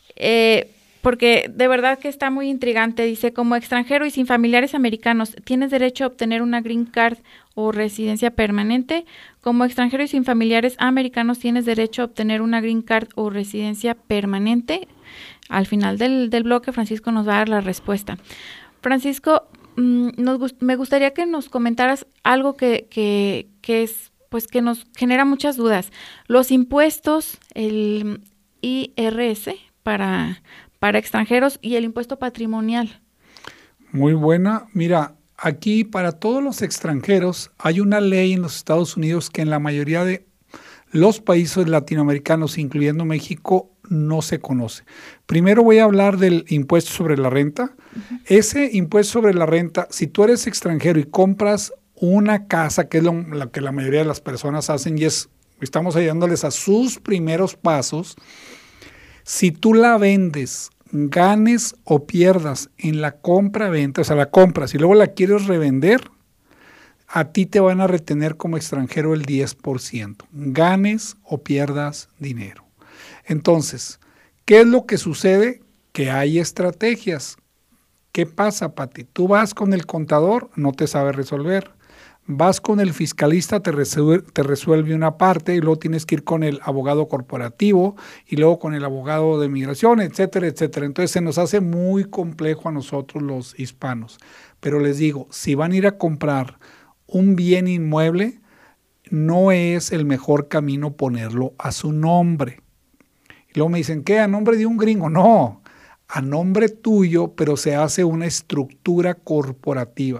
Porque de verdad que está muy intrigante. Dice, como extranjero y sin familiares americanos, ¿tienes derecho a obtener una green card o residencia permanente? Como extranjero y sin familiares americanos, ¿tienes derecho a obtener una green card o residencia permanente? Al final del bloque, Francisco nos va a dar la respuesta. Francisco, me gustaría que nos comentaras algo que es, pues, que nos genera muchas dudas. Los impuestos, el IRS para extranjeros y el impuesto patrimonial. Muy buena. Mira, aquí para todos los extranjeros hay una ley en los Estados Unidos que en la mayoría de los países latinoamericanos, incluyendo México, no se conoce. Primero voy a hablar del impuesto sobre la renta. Uh-huh. Ese impuesto sobre la renta, si tú eres extranjero y compras una casa, que es lo que la mayoría de las personas hacen y estamos ayudándoles a sus primeros pasos, si tú la vendes, ganes o pierdas en la compra-venta, o sea, la compras y luego la quieres revender, a ti te van a retener como extranjero el 10%, ganes o pierdas dinero. Entonces, ¿qué es lo que sucede? Que hay estrategias. ¿Qué pasa, Pati? Tú vas con el contador, no te sabe resolver. Vas con el fiscalista, te resuelve una parte y luego tienes que ir con el abogado corporativo y luego con el abogado de migración, etcétera, etcétera. Entonces se nos hace muy complejo a nosotros los hispanos. Pero les digo, si van a ir a comprar un bien inmueble, no es el mejor camino ponerlo a su nombre. Y luego me dicen, ¿qué? ¿A nombre de un gringo? No, a nombre tuyo, pero se hace una estructura corporativa.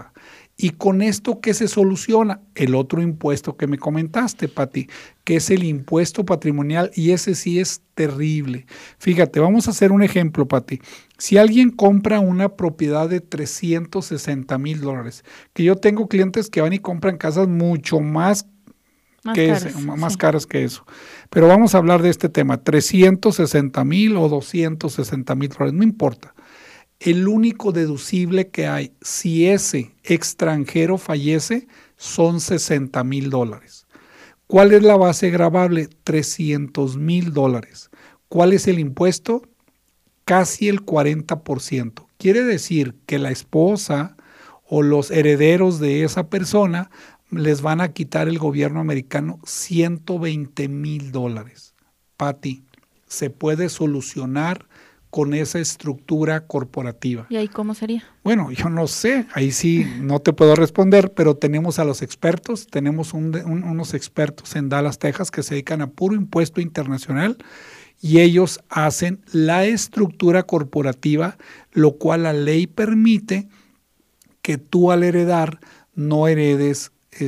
Y con esto, ¿qué se soluciona? El otro impuesto que me comentaste, Pati, que es el impuesto patrimonial, y ese sí es terrible. Fíjate, vamos a hacer un ejemplo, Pati. Si alguien compra una propiedad de $360,000, que yo tengo clientes que van y compran casas mucho más caras que eso. Pero vamos a hablar de este tema, 360,000 o 260,000 dólares, no importa. El único deducible que hay, si ese extranjero fallece, son $60,000. ¿Cuál es la base gravable? $300,000. ¿Cuál es el impuesto? Casi el 40%. Quiere decir que la esposa o los herederos de esa persona les van a quitar el gobierno americano $120,000. Pati, se puede solucionar con esa estructura corporativa. ¿Y ahí cómo sería? Bueno, yo no sé, ahí sí no te puedo responder, pero tenemos a los expertos, tenemos unos expertos en Dallas, Texas, que se dedican a puro impuesto internacional y ellos hacen la estructura corporativa, lo cual la ley permite que tú al heredar no heredes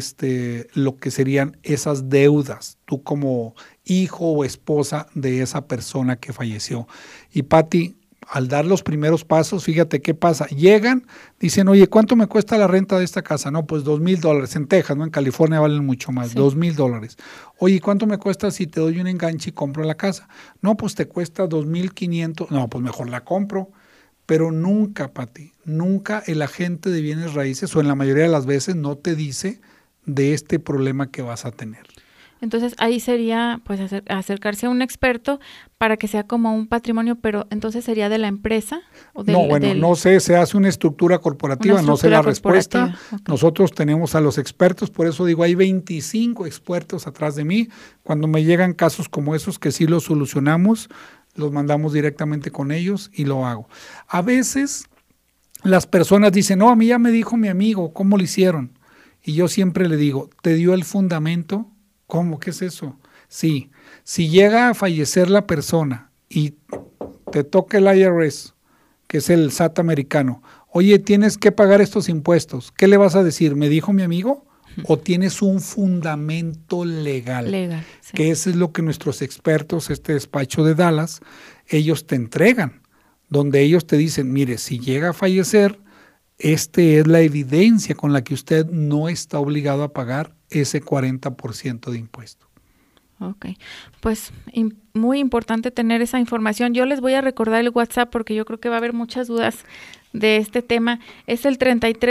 lo que serían esas deudas, tú como hijo o esposa de esa persona que falleció. Y Pati, al dar los primeros pasos, fíjate qué pasa. Llegan, dicen, oye, ¿cuánto me cuesta la renta de esta casa? No, pues $2,000. En Texas, ¿no? En California valen mucho más, sí. $2,000. Oye, ¿cuánto me cuesta si te doy un enganche y compro la casa? No, pues te cuesta $2,500. No, pues mejor la compro. Pero nunca, Pati, nunca el agente de bienes raíces, o en la mayoría de las veces, no te dice de este problema que vas a tener. Entonces ahí sería pues acercarse a un experto para que sea como un patrimonio, pero entonces sería de la empresa o del, no, bueno, no sé, se hace una estructura corporativa, no sé la respuesta. Okay. Nosotros tenemos a los expertos, por eso digo, hay 25 expertos atrás de mí. Cuando me llegan casos como esos que sí los solucionamos, los mandamos directamente con ellos y lo hago. A veces las personas dicen, no, a mí ya me dijo mi amigo, ¿cómo lo hicieron? Y yo siempre le digo, ¿te dio el fundamento? ¿Cómo? ¿Qué es eso? Sí, si llega a fallecer la persona y te toca el IRS, que es el SAT americano, oye, tienes que pagar estos impuestos, ¿qué le vas a decir? ¿Me dijo mi amigo? ¿O tienes un fundamento legal? Legal, sí. Que eso es lo que nuestros expertos, este despacho de Dallas, ellos te entregan, donde ellos te dicen, mire, si llega a fallecer, esta es la evidencia con la que usted no está obligado a pagar ese 40% de impuesto. Ok, pues muy importante tener esa información. Yo les voy a recordar el WhatsApp porque yo creo que va a haber muchas dudas de este tema. Es el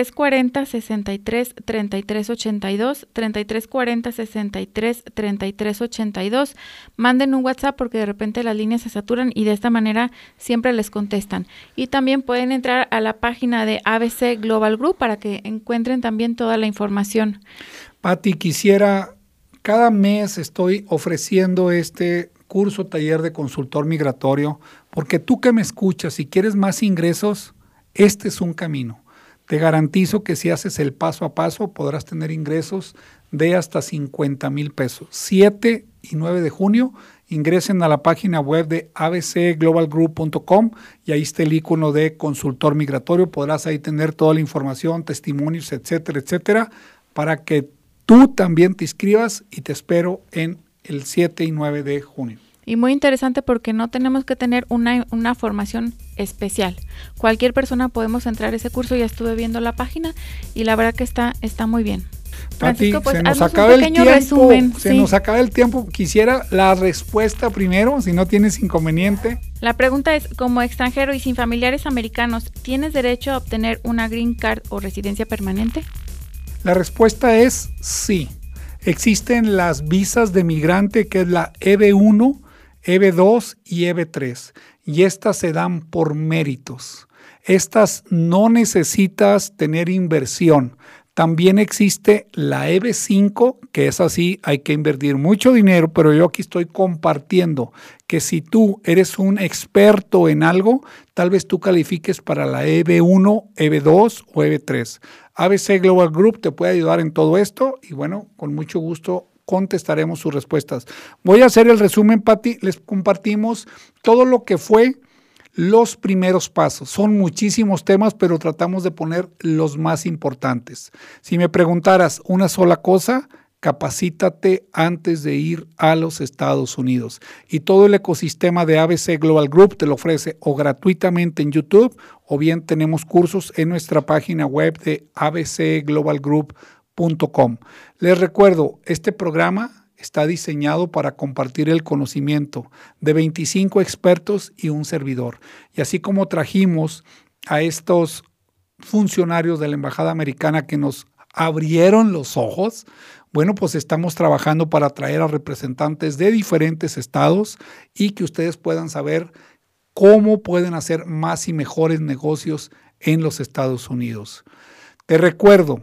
3340-63-3382, 3340-63-3382. Manden un WhatsApp porque de repente las líneas se saturan y de esta manera siempre les contestan. Y también pueden entrar a la página de ABC Global Group para que encuentren también toda la información. Pati, cada mes estoy ofreciendo este curso taller de consultor migratorio, porque tú que me escuchas, si quieres más ingresos, este es un camino. Te garantizo que si haces el paso a paso, podrás tener ingresos de hasta $50,000. 7 y 9 de junio, ingresen a la página web de abcglobalgroup.com y ahí está el icono de consultor migratorio. Podrás ahí tener toda la información, testimonios, etcétera, etcétera, para que tú también te inscribas y te espero en el 7 y 9 de junio. Y muy interesante porque no tenemos que tener una formación especial. Cualquier persona podemos entrar a ese curso, ya estuve viendo la página y la verdad que está muy bien. Francisco, pues se nos acaba el tiempo, resumen, se nos acaba el tiempo. Quisiera la respuesta primero, si no tienes inconveniente. La pregunta es, como extranjero y sin familiares americanos, ¿tienes derecho a obtener una green card o residencia permanente? La respuesta es sí. Existen las visas de migrante, que es la EB1, EB2 y EB3, y estas se dan por méritos. Estas no necesitas tener inversión. También existe la EB5, que es así, hay que invertir mucho dinero, pero yo aquí estoy compartiendo que si tú eres un experto en algo, tal vez tú califiques para la EB1, EB2 o EB3. ABC Global Group te puede ayudar en todo esto y bueno, con mucho gusto contestaremos sus respuestas. Voy a hacer el resumen, Pati. Les compartimos todo lo que fue los primeros pasos. Son muchísimos temas, pero tratamos de poner los más importantes. Si me preguntaras una sola cosa, capacítate antes de ir a los Estados Unidos. Y todo el ecosistema de ABC Global Group te lo ofrece o gratuitamente en YouTube o bien tenemos cursos en nuestra página web de abcglobalgroup.com. Les recuerdo, este programa está diseñado para compartir el conocimiento de 25 expertos y un servidor. Y así como trajimos a estos funcionarios de la Embajada Americana que nos abrieron los ojos, bueno, pues estamos trabajando para traer a representantes de diferentes estados y que ustedes puedan saber cómo pueden hacer más y mejores negocios en los Estados Unidos. Te recuerdo,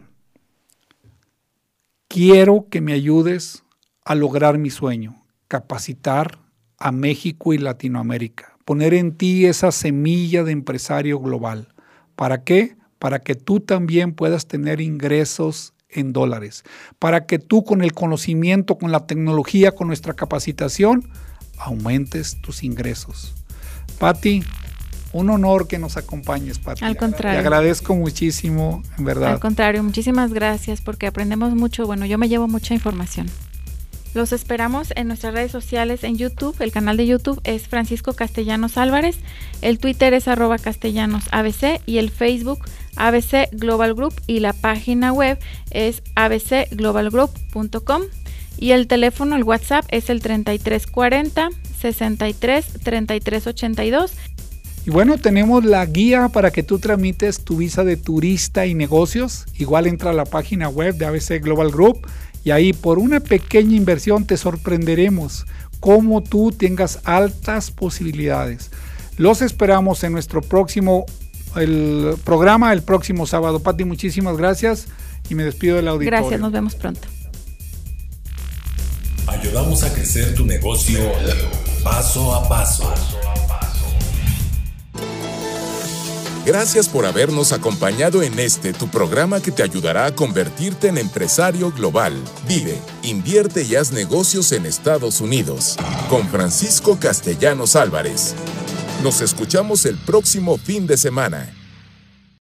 quiero que me ayudes a lograr mi sueño, capacitar a México y Latinoamérica, poner en ti esa semilla de empresario global. ¿Para qué? Para que tú también puedas tener ingresos en dólares, para que tú con el conocimiento, con la tecnología, con nuestra capacitación, aumentes tus ingresos. Pati, un honor que nos acompañes, Pati. Al contrario. Te agradezco muchísimo, en verdad. Al contrario, muchísimas gracias porque aprendemos mucho. Bueno, yo me llevo mucha información. Los esperamos en nuestras redes sociales, en YouTube. El canal de YouTube es Francisco Castellanos Álvarez, el Twitter es @castellanosabc y el Facebook ABC Global Group y la página web es abcglobalgroup.com y el teléfono, el WhatsApp es el 3340 63 33 82. Y bueno, tenemos la guía para que tú tramites tu visa de turista y negocios. Igual entra a la página web de ABC Global Group y ahí por una pequeña inversión te sorprenderemos cómo tú tengas altas posibilidades. Los esperamos en nuestro próximo programa el próximo sábado. Pati, muchísimas gracias y me despido del auditorio. Gracias, nos vemos pronto. Ayudamos a crecer tu negocio paso a paso. Gracias por habernos acompañado en tu programa que te ayudará a convertirte en empresario global. Vive, invierte y haz negocios en Estados Unidos. Con Francisco Castellanos Álvarez. Nos escuchamos el próximo fin de semana.